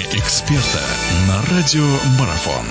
эксперта на радио Марафон.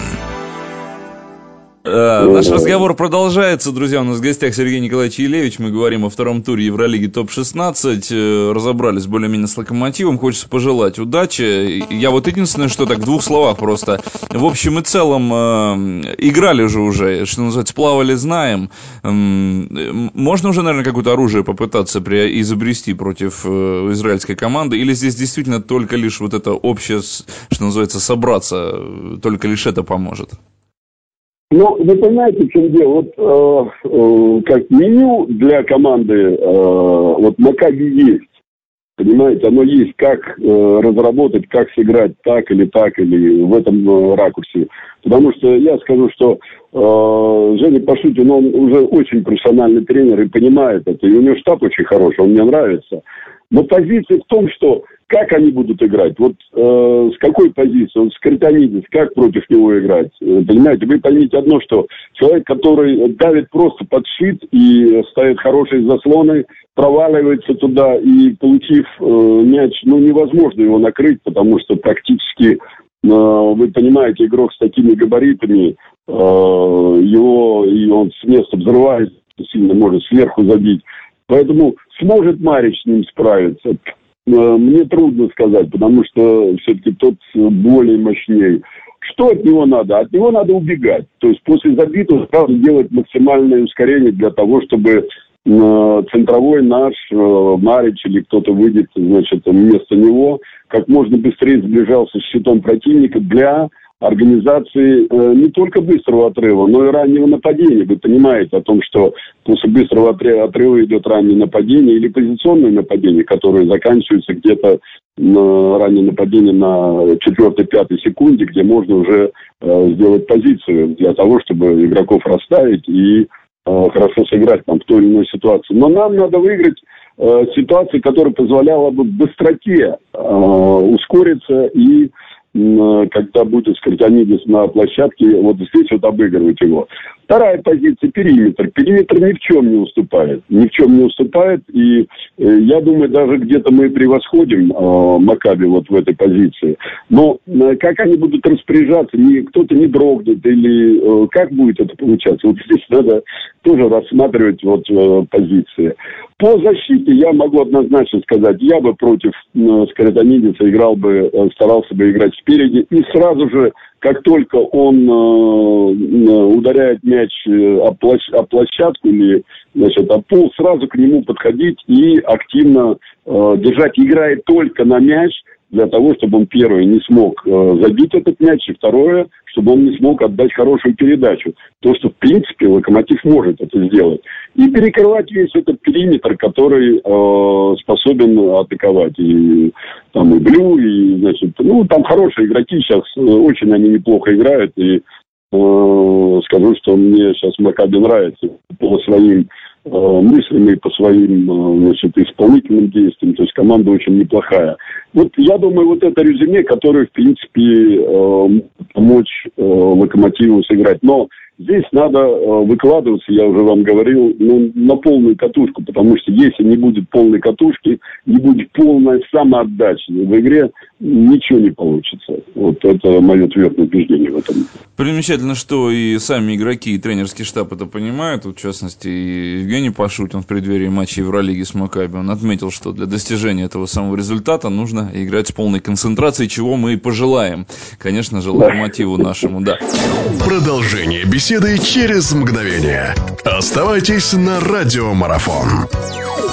Наш разговор продолжается, друзья. У нас в гостях Сергей Николаевич Елевич. Мы говорим о втором туре Евролиги ТОП-16. Разобрались более-менее с Локомотивом. Хочется пожелать удачи. Я вот единственное, что так в двух словах просто. В общем и целом, играли же уже, что называется, плавали, знаем. Можно уже, наверное, какое-то оружие попытаться изобрести против израильской команды? Или здесь действительно только лишь вот это общее, что называется, собраться, только лишь это поможет? Ну, вы понимаете, в чем дело? Вот как меню для команды, вот Макаби есть. Понимаете, оно есть, как разработать, как сыграть так или в этом ракурсе. Потому что я скажу, что Женя Пашутин, он уже очень профессиональный тренер и понимает это. И у него штаб очень хороший, он мне нравится. Но позиция в том, что как они будут играть, вот с какой позиции, он Скритонидис, как против него играть, понимаете, вы поймите одно, что человек, который давит просто под щит и ставит хорошие заслоны, проваливается туда и, получив мяч, невозможно его накрыть, потому что практически, вы понимаете, игрок с такими габаритами, он с места взрывается, сильно может сверху забить. Поэтому сможет Марич с ним справиться? Мне трудно сказать, потому что все-таки тот более мощнее. Что от него надо? От него надо убегать. То есть после забитого сразу делать максимальное ускорение для того, чтобы центровой наш Марич или кто-то выйдет, вместо него, как можно быстрее сближался с щитом противника для организации не только быстрого отрыва, но и раннего нападения. Вы понимаете о том, что после быстрого отрыва идет раннее нападение или позиционное нападение, которое заканчивается где-то раннее нападение на 4-5 секунде, где можно уже сделать позицию для того, чтобы игроков расставить и хорошо сыграть там в той или иной ситуации. Но нам надо выиграть ситуации, которая позволяла бы в быстроте ускориться и когда будет Скритонидис на площадке, вот здесь вот обыгрывать его. Вторая позиция – периметр. Периметр ни в чем не уступает. Ни в чем не уступает. И я думаю, даже где-то мы превосходим Макаби вот в этой позиции. Но как они будут распоряжаться, кто-то не дрогнет или как будет это получаться? Вот здесь надо тоже рассматривать вот позиции. По защите я могу однозначно сказать, я бы против Скритонидиса старался бы играть спереди и сразу же, как только он ударяет мяч о площадку или о пол, сразу к нему подходить и активно держать, играя только на мяч, для того, чтобы он, первое, не смог забить этот мяч, и второе, чтобы он не смог отдать хорошую передачу. То, что, в принципе, Локомотив может это сделать. И перекрывать весь этот периметр, который способен атаковать. И там и Блю, и, там хорошие игроки сейчас, очень они неплохо играют. И скажу, что мне сейчас Макаби нравится по своим мыслями и по своим исполнительным действиям. То есть команда очень неплохая. Вот я думаю, вот это резюме, которое, в принципе, помочь Локомотиву сыграть. Но здесь надо выкладываться, я уже вам говорил, на полную катушку, потому что если не будет полной катушки, не будет полной самоотдачи в игре, ничего не получится. Вот это мое твердое убеждение в этом. Примечательно, что и сами игроки, и тренерский штаб это понимают. Вот, в частности, и Евгений Пашутин в преддверии матча Евролиги с Макаби, он отметил, что для достижения этого самого результата нужно играть с полной концентрацией, чего мы и пожелаем, конечно же, Локомотиву нашему, да. Продолжение беседы через мгновение. Оставайтесь на Радио Марафон.